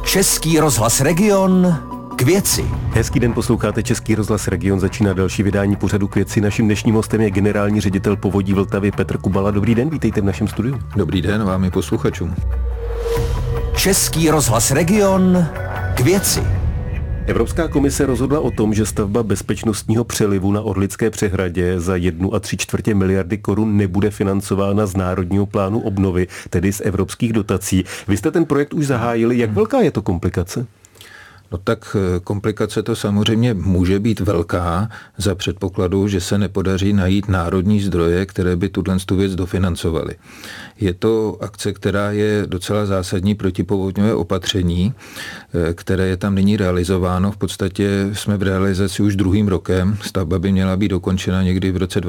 Český rozhlas Region k věci. Hezký den, posloucháte Český rozhlas Region, začíná další vydání pořadu k věci. Naším dnešním hostem je generální ředitel Povodí Vltavy Petr Kubala. Dobrý den, vítejte v našem studiu. Dobrý den vám i posluchačům. Český rozhlas Region k věci. Evropská komise rozhodla o tom, že stavba bezpečnostního přelivu na Orlické přehradě za 1,75 miliardy korun nebude financována z Národního plánu obnovy, tedy z evropských dotací. Vy jste ten projekt už zahájili. Jak velká je to komplikace? No tak komplikace to samozřejmě může být velká za předpokladu, že se nepodaří najít národní zdroje, které by tuto věc dofinancovaly. Je to akce, která je docela zásadní protipovodňové opatření, které je tam nyní realizováno. V podstatě jsme v realizaci už druhým rokem. Stavba by měla být dokončena někdy v roce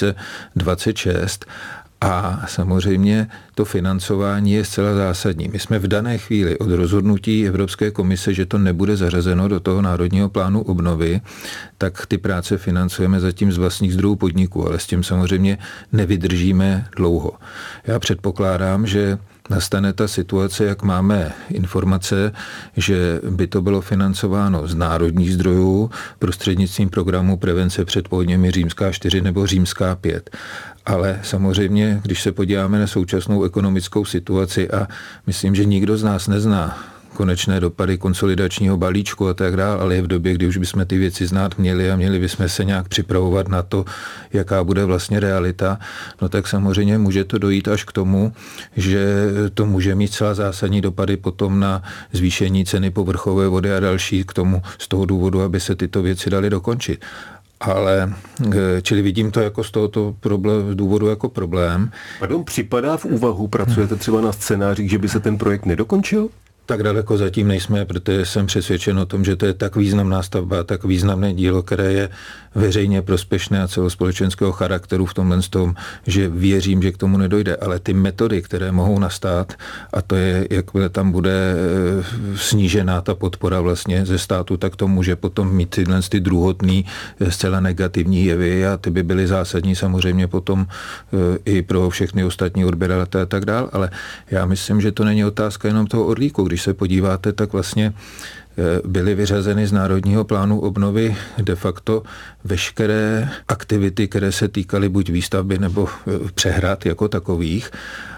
2026. A samozřejmě to financování je zcela zásadní. My jsme v dané chvíli od rozhodnutí Evropské komise, že to nebude zařazeno do toho Národního plánu obnovy, tak ty práce financujeme zatím z vlastních zdrojů podniku, ale s tím samozřejmě nevydržíme dlouho. Já předpokládám, že nastane ta situace, jak máme informace, že by to bylo financováno z národních zdrojů prostřednictvím programu prevence před povodněmi Římská 4 nebo Římská 5. Ale samozřejmě, když se podíváme na současnou ekonomickou situaci a myslím, že nikdo z nás nezná konečné dopady konsolidačního balíčku a tak dále, ale je v době, kdy už bychom ty věci znát měli a měli bychom se nějak připravovat na to, jaká bude vlastně realita, no tak samozřejmě může to dojít až k tomu, že to může mít celá zásadní dopady potom na zvýšení ceny povrchové vody a další k tomu z toho důvodu, aby se tyto věci daly dokončit. Ale, čili vidím to jako z tohoto důvodu jako problém. Pardon, připadá v úvahu, pracujete třeba na scénářích, že by se ten projekt nedokončil? Tak daleko zatím nejsme, protože jsem přesvědčen o tom, že to je tak významná stavba, tak významné dílo, které je veřejně prospěšné a celospolečenského charakteru v tomhle tom, že věřím, že k tomu nedojde. Ale ty metody, které mohou nastat, a to je, jakmile tam bude snížená ta podpora vlastně ze státu, tak to může potom mít tyhle ty druhotný, zcela negativní jevy a ty by byly zásadní samozřejmě potom i pro všechny ostatní odběratele a tak dál. Ale já myslím, že to není otázka jenom toho Orlíku. Když se podíváte, tak vlastně byly vyřazeny z Národního plánu obnovy de facto veškeré aktivity, které se týkaly buď výstavby nebo přehrad jako takových.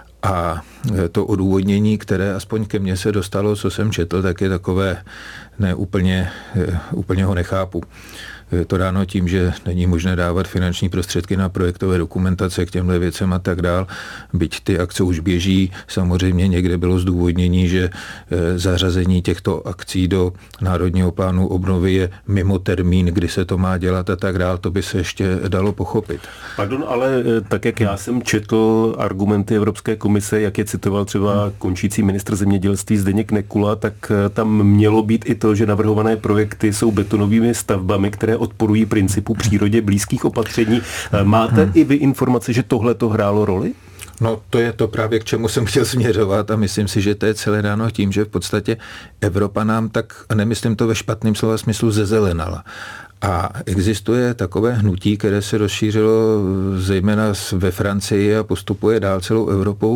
A to odůvodnění, které aspoň ke mně se dostalo, co jsem četl, tak je takové úplně ho nechápu. Je to dáno tím, že není možné dávat finanční prostředky na projektové dokumentace k těmhle věcem a tak dál. Byť ty akce už běží, samozřejmě někde bylo zdůvodnění, že zařazení těchto akcí do Národního plánu obnovy je mimo termín, kdy se to má dělat a tak dál. To by se ještě dalo pochopit. Pardon, ale tak, jak já jsem četl argumenty Evropské komise, jak je citoval třeba končící ministr zemědělství Zdeněk Nekula, tak tam mělo být i to, že navrhované projekty jsou betonovými stavbami, které odporují principu přírodě blízkých opatření. Máte i vy informace, že tohle to hrálo roli? No to je to právě, k čemu jsem chtěl směřovat a myslím si, že to je celé dáno tím, že v podstatě Evropa nám tak, a nemyslím to ve špatném slova smyslu, zezelenala. A existuje takové hnutí, které se rozšířilo zejména ve Francii a postupuje dál celou Evropou,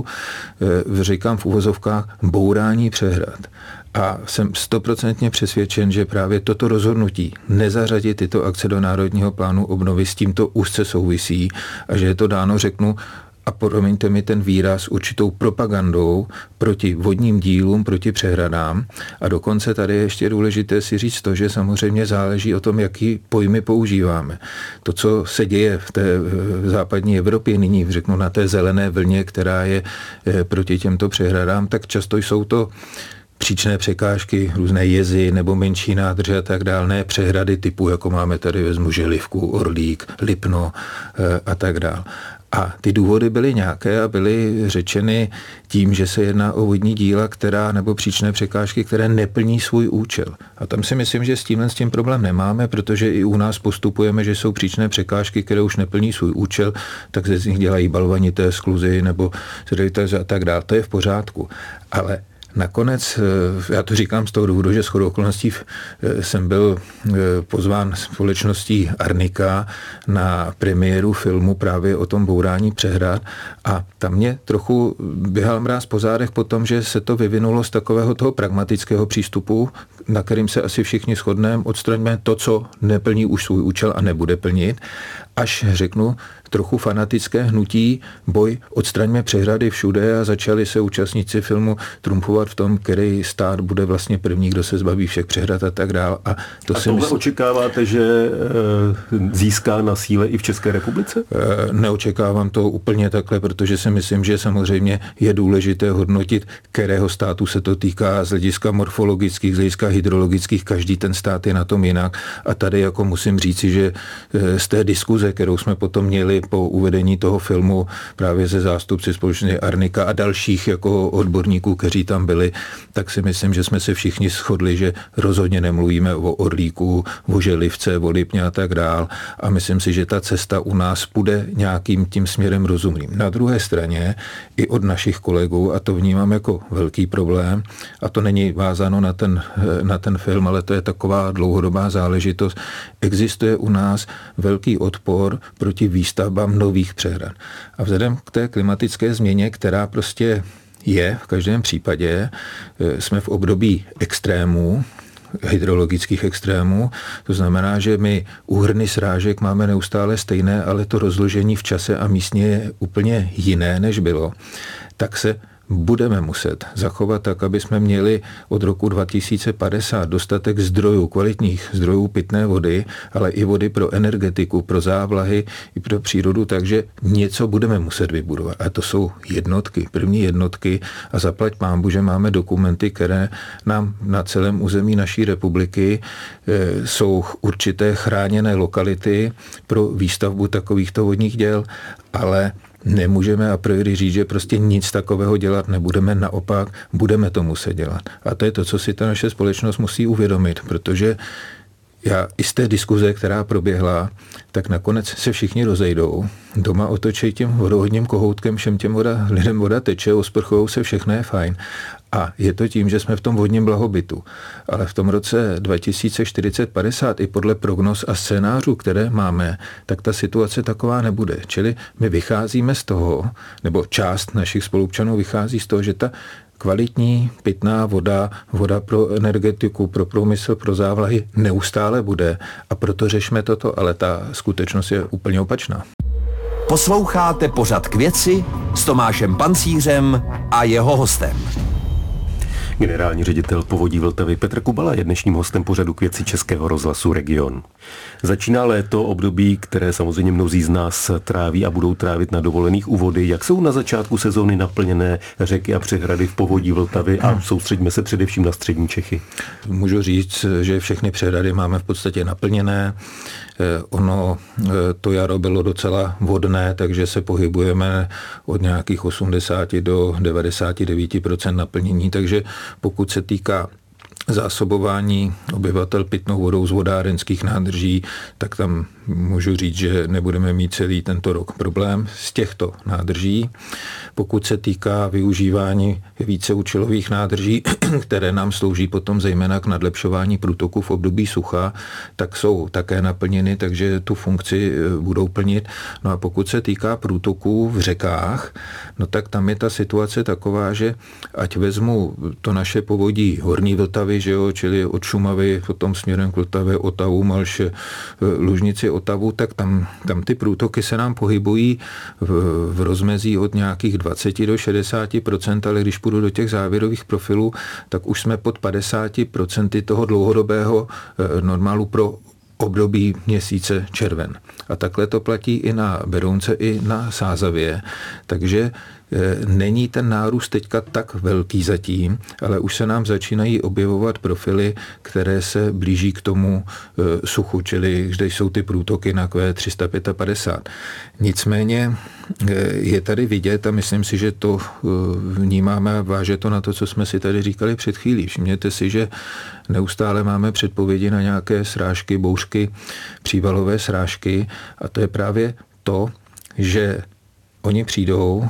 říkám v uvozovkách, bourání přehrad. A jsem 100% přesvědčen, že právě toto rozhodnutí nezařadit tyto akce do Národního plánu obnovy s tímto úzce souvisí a že je to dáno, řeknu, a promiňte mi ten výraz, určitou propagandou proti vodním dílům, proti přehradám. A dokonce tady je ještě důležité si říct to, že samozřejmě záleží o tom, jaký pojmy používáme. To, co se děje v té západní Evropě nyní, řeknu na té zelené vlně, která je proti těmto přehradám, tak často jsou to příčné překážky, různé jezy nebo menší nádrže a tak dále, ne přehrady typu, jako máme tady vezmu Želivku, Orlík, Lipno a tak dále. A ty důvody byly nějaké a byly řečeny tím, že se jedná o vodní díla, nebo příčné překážky, které neplní svůj účel. A tam si myslím, že s tím problém nemáme, protože i u nás postupujeme, že jsou příčné překážky, které už neplní svůj účel, tak se z nich dělají balvanité skluzy nebo a tak dále. To je v pořádku. Ale nakonec, já to říkám z toho důvodu, že shodou okolností jsem byl pozván společností Arnika na premiéru filmu právě o tom bourání přehrad a tam mě trochu běhal mráz po zádech po tom, že se to vyvinulo z takového toho pragmatického přístupu, na kterým se asi všichni shodneme, odstraňme to, co neplní už svůj účel a nebude plnit, až řeknu trochu fanatické hnutí, boj, odstraňme přehrady všude a začali se účastníci filmu trumfovat v tom, který stát bude vlastně první, kdo se zbaví všech přehrad a tak dál. A tohle očekáváte, že získá na síle i v České republice? Neočekávám to úplně takhle, protože si myslím, že samozřejmě je důležité hodnotit, kterého státu se to týká z hlediska morfologických, z hlediska hydrologických, každý ten stát je na tom jinak. A tady jako musím říci, že z té diskuze, kterou jsme potom měli po uvedení toho filmu právě ze zástupci společnosti Arnika a dalších jako odborníků, kteří tam byli, tak si myslím, že jsme se všichni shodli, že rozhodně nemluvíme o Orlíku, o Želivce, o Lipně a tak dál. A myslím si, že ta cesta u nás půjde nějakým tím směrem rozumným. Na druhé straně i od našich kolegů, a to vnímám jako velký problém, a to není vázáno na ten film, ale to je taková dlouhodobá záležitost, existuje u nás velký odpor proti výstavbám nových přehrad. A vzhledem k té klimatické změně, která prostě je v každém případě, jsme v období extrémů, hydrologických extrémů, to znamená, že my úhrny srážek máme neustále stejné, ale to rozložení v čase a místně je úplně jiné, než bylo, tak se budeme muset zachovat tak, aby jsme měli od roku 2050 dostatek zdrojů, kvalitních zdrojů pitné vody, ale i vody pro energetiku, pro závlahy i pro přírodu, takže něco budeme muset vybudovat. A to jsou jednotky, první jednotky a zaplať pánbu, že máme dokumenty, které nám na celém území naší republiky jsou určité chráněné lokality pro výstavbu takovýchto vodních děl, ale nemůžeme a priori říct, že prostě nic takového dělat nebudeme, naopak budeme to muset dělat. A to je to, co si ta naše společnost musí uvědomit, protože já i z té diskuze, která proběhla, tak nakonec se všichni rozejdou, doma otočí tím vodovodním kohoutkem, všem těm lidem voda teče, osprchujou se, všechno je fajn. A je to tím, že jsme v tom vodním blahobytu. Ale v tom roce 2040-50 i podle prognoz a scénářů, které máme, tak ta situace taková nebude. Čili my vycházíme z toho, nebo část našich spoluobčanů vychází z toho, že ta kvalitní pitná voda pro energetiku, pro průmysl, pro závlahy neustále bude a proto řešme toto, ale ta skutečnost je úplně opačná. Posloucháte pořad K věci s Tomášem Pancířem a jeho hostem. Generální ředitel Povodí Vltavy Petr Kubala je dnešním hostem pořadu K věci Českého rozhlasu Region. Začíná léto, období, které samozřejmě mnozí z nás tráví a budou trávit na dovolených u vody. Jak jsou na začátku sezóny naplněné řeky a přehrady v Povodí Vltavy a soustředíme se především na střední Čechy? Můžu říct, že všechny přehrady máme v podstatě naplněné. Ono to jaro bylo docela vodné, takže se pohybujeme od nějakých 80 do 99% naplnění, takže pokud se týká zásobování obyvatel pitnou vodou z vodárenských nádrží, tak tam můžu říct, že nebudeme mít celý tento rok problém z těchto nádrží. Pokud se týká využívání víceúčelových nádrží, které nám slouží potom zejména k nadlepšování průtoku v období sucha, tak jsou také naplněny, takže tu funkci budou plnit. No a pokud se týká průtoků v řekách, no tak tam je ta situace taková, že ať vezmu to naše povodí Horní Vltavy, že jo, čili od Šumavy, potom směrem k Vltavě, Otavu, Malše, Lužnici, Otavu, tak tam ty průtoky se nám pohybují v rozmezí od nějakých 20 do 60%, ale když půjdu do těch závěrových profilů, tak už jsme pod 50% toho dlouhodobého normálu pro období měsíce červen. A takhle to platí i na Berounce, i na Sázavě. Takže není ten nárůst teďka tak velký zatím, ale už se nám začínají objevovat profily, které se blíží k tomu suchu, čili kde jsou ty průtoky na Q355. Nicméně je tady vidět a myslím si, že to vnímáme a váže to na to, co jsme si tady říkali před chvílí. Všimněte si, že neustále máme předpovědi na nějaké srážky, bouřky, přívalové srážky a to je právě to, že oni přijdou,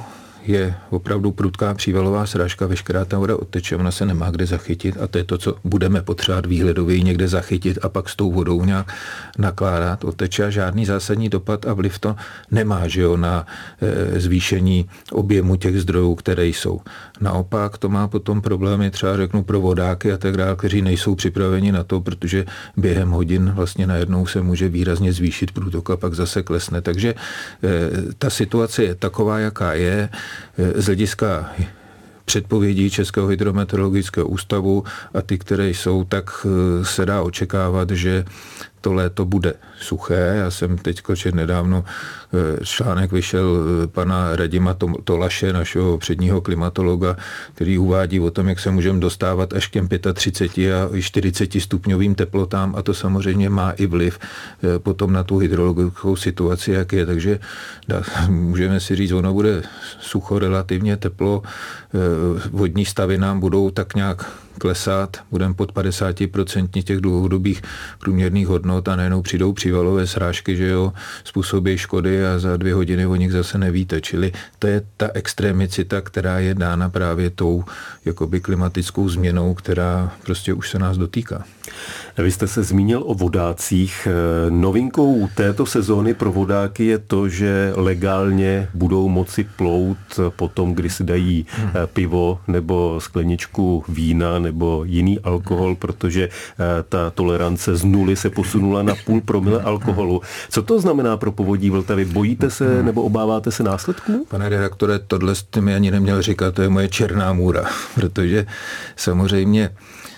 je opravdu prudká přívalová srážka, veškerá ta voda odteče, ona se nemá kde zachytit a to je to, co budeme potřebovat výhledově někde zachytit a pak s tou vodou nějak nakládat. Odteče a žádný zásadní dopad a vliv to nemá, že jo, na zvýšení objemu těch zdrojů, které jsou. Naopak to má potom problémy třeba řeknu pro vodáky a tak dále, kteří nejsou připraveni na to, protože během hodin vlastně najednou se může výrazně zvýšit průtok a pak zase klesne. Takže ta situace je taková, jaká je. Z hlediska předpovědí Českého hydrometeorologického ústavu a ty, které jsou, tak se dá očekávat, že to léto bude suché. Já jsem teď četl nedávno, článek vyšel pana Radima Tolaše, našeho předního klimatologa, který uvádí o tom, jak se můžeme dostávat až k těm 35 a 40 stupňovým teplotám a to samozřejmě má i vliv potom na tu hydrologickou situaci, jak je. Takže můžeme si říct, ono bude sucho, relativně teplo, vodní stavy nám budou tak nějak klesat, budeme pod 50% těch dlouhodobých průměrných hodnot a najednou přijdou přívalové srážky, že jo, způsobí škody a za 2 hodiny o nich zase nevíte. Čili to je ta extrémicita, která je dána právě tou jakoby klimatickou změnou, která prostě už se nás dotýká. Vy jste se zmínil o vodácích. Novinkou této sezóny pro vodáky je to, že legálně budou moci plout potom, kdy si dají pivo nebo skleničku vína nebo jiný alkohol, protože ta tolerance z 0 se posunula na 0,5 promile alkoholu. Co to znamená pro povodí Vltavy? Bojíte se nebo obáváte se následků? Pane redaktore, tohle jste mi ani neměl říkat, to je moje černá můra, protože samozřejmě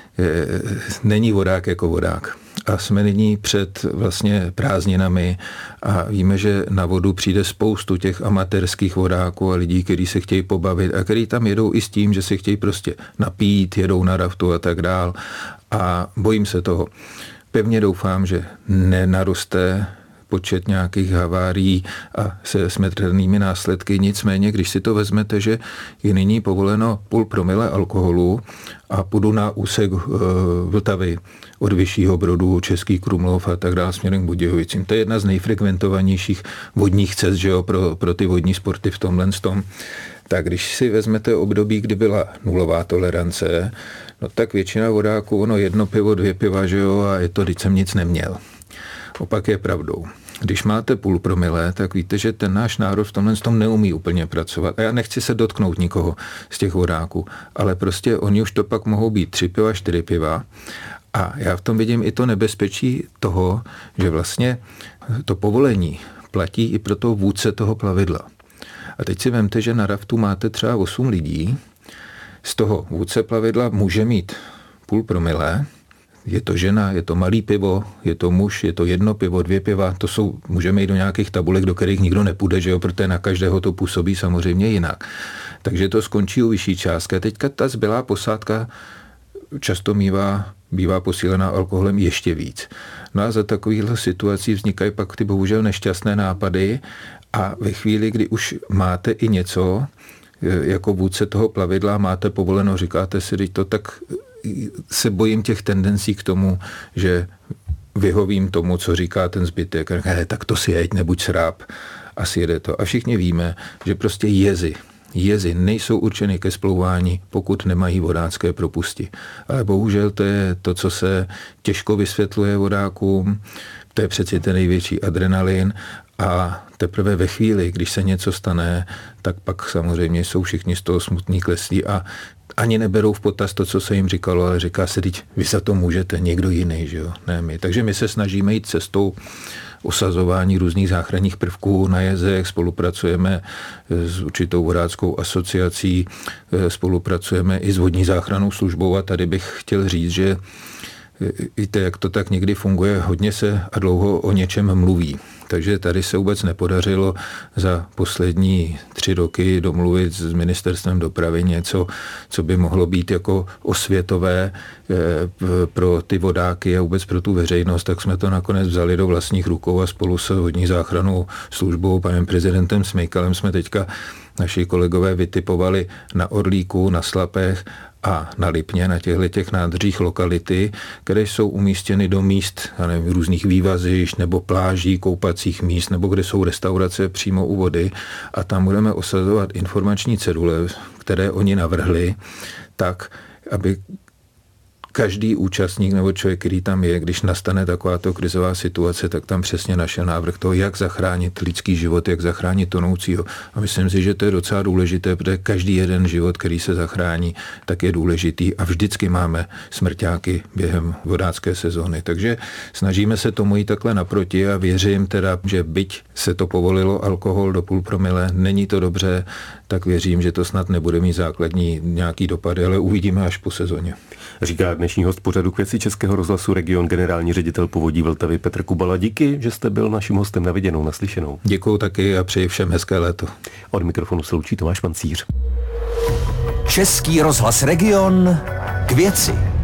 není vodák jako vodák. A jsme nyní před vlastně prázdninami a víme, že na vodu přijde spoustu těch amatérských vodáků a lidí, kteří se chtějí pobavit a kteří tam jedou i s tím, že se chtějí prostě napít, jedou na raftu a tak dál. A bojím se toho. Pevně doufám, že nenaroste počet nějakých havárií a se smrtelnými následky. Nicméně, když si to vezmete, že je nyní povoleno 0,5 promile alkoholu a půjdu na úsek Vltavy od Vyššího Brodu, Český Krumlov a tak dále směrem k Budějovicím. To je jedna z nejfrekventovanějších vodních cest, že jo, pro ty vodní sporty v tomhle tom. Tak když si vezmete období, kdy byla nulová tolerance, no tak většina vodáků, 1 pivo, 2 piva, že jo, a je to, když jsem nic neměl. Opak je pravdou. Když máte 0,5 promile, tak víte, že ten náš národ v tomhle tom neumí úplně pracovat. A já nechci se dotknout nikoho z těch vodáků, ale prostě oni už to pak mohou být 3 piva, 4 piva. A já v tom vidím i to nebezpečí toho, že vlastně to povolení platí i pro toho vůdce toho plavidla. A teď si vemte, že na raftu máte třeba 8 lidí, z toho vůdce plavidla může mít 0,5 promile, je to žena, je to malý pivo, je to muž, je to 1 pivo, 2 piva, to jsou, můžeme jít do nějakých tabulek, do kterých nikdo nepůjde, že jo, protože na každého to působí samozřejmě jinak. Takže to skončí u vyšší částky. A teďka ta zbylá posádka často bývá posílená alkoholem ještě víc. No a za takovýchhle situací vznikají pak ty bohužel nešťastné nápady a ve chvíli, kdy už máte i něco, jako vůdce toho plavidla máte povoleno, říkáte si, teď to tak se bojím těch tendencí k tomu, že vyhovím tomu, co říká ten zbytek. Tak to si jeď, nebuď sráp a sjede to. A všichni víme, že prostě jezy nejsou určeny ke splouvání, pokud nemají vodácké propusti. Ale bohužel to je to, co se těžko vysvětluje vodákům, to je přeci ten největší adrenalin a teprve ve chvíli, když se něco stane, tak pak samozřejmě jsou všichni z toho smutní, kleslí a ani neberou v potaz to, co se jim říkalo, ale říká se, teď vy za to můžete, někdo jiný, že jo, ne my. Takže my se snažíme jít cestou osazování různých záchranných prvků na jezech, spolupracujeme s určitou vodáckou asociací, spolupracujeme i s vodní záchrannou službou a tady bych chtěl říct, že víte, jak to tak někdy funguje, hodně se a dlouho o něčem mluví. Takže tady se vůbec nepodařilo za poslední 3 roky domluvit s ministerstvem dopravy něco, co by mohlo být jako osvětové pro ty vodáky a vůbec pro tu veřejnost, tak jsme to nakonec vzali do vlastních rukou a spolu s vodní záchrannou službou, panem prezidentem Smejkalem jsme teďka naši kolegové vytipovali na Orlíku, na Slapech a na Lipně, na těchto nádržích lokality, které jsou umístěny do míst, různých vývazišť nebo pláží, koupacích míst, nebo kde jsou restaurace přímo u vody, a tam budeme osazovat informační cedule, které oni navrhli, tak, aby každý účastník nebo člověk, který tam je, když nastane takováto krizová situace, tak tam přesně našel návrh toho, jak zachránit lidský život, jak zachránit tonoucího. A myslím si, že to je docela důležité, protože každý jeden život, který se zachrání, tak je důležitý a vždycky máme smrťáky během vodácké sezóny. Takže snažíme se tomu jít takhle naproti a věřím teda, že byť se to povolilo alkohol do 0,5 promile, není to dobře, tak věřím, že to snad nebude mít základní nějaký dopady, ale uvidíme až po sezóně. Říká dnešní host pořadu K věci Českého rozhlasu Region, generální ředitel Povodí Vltavy Petr Kubala. Díky, že jste byl naším hostem, na viděnou, naslyšenou. Děkuju taky a přeji všem hezké léto. Od mikrofonu se loučí Tomáš Pancíř. Český rozhlas Region, K věci.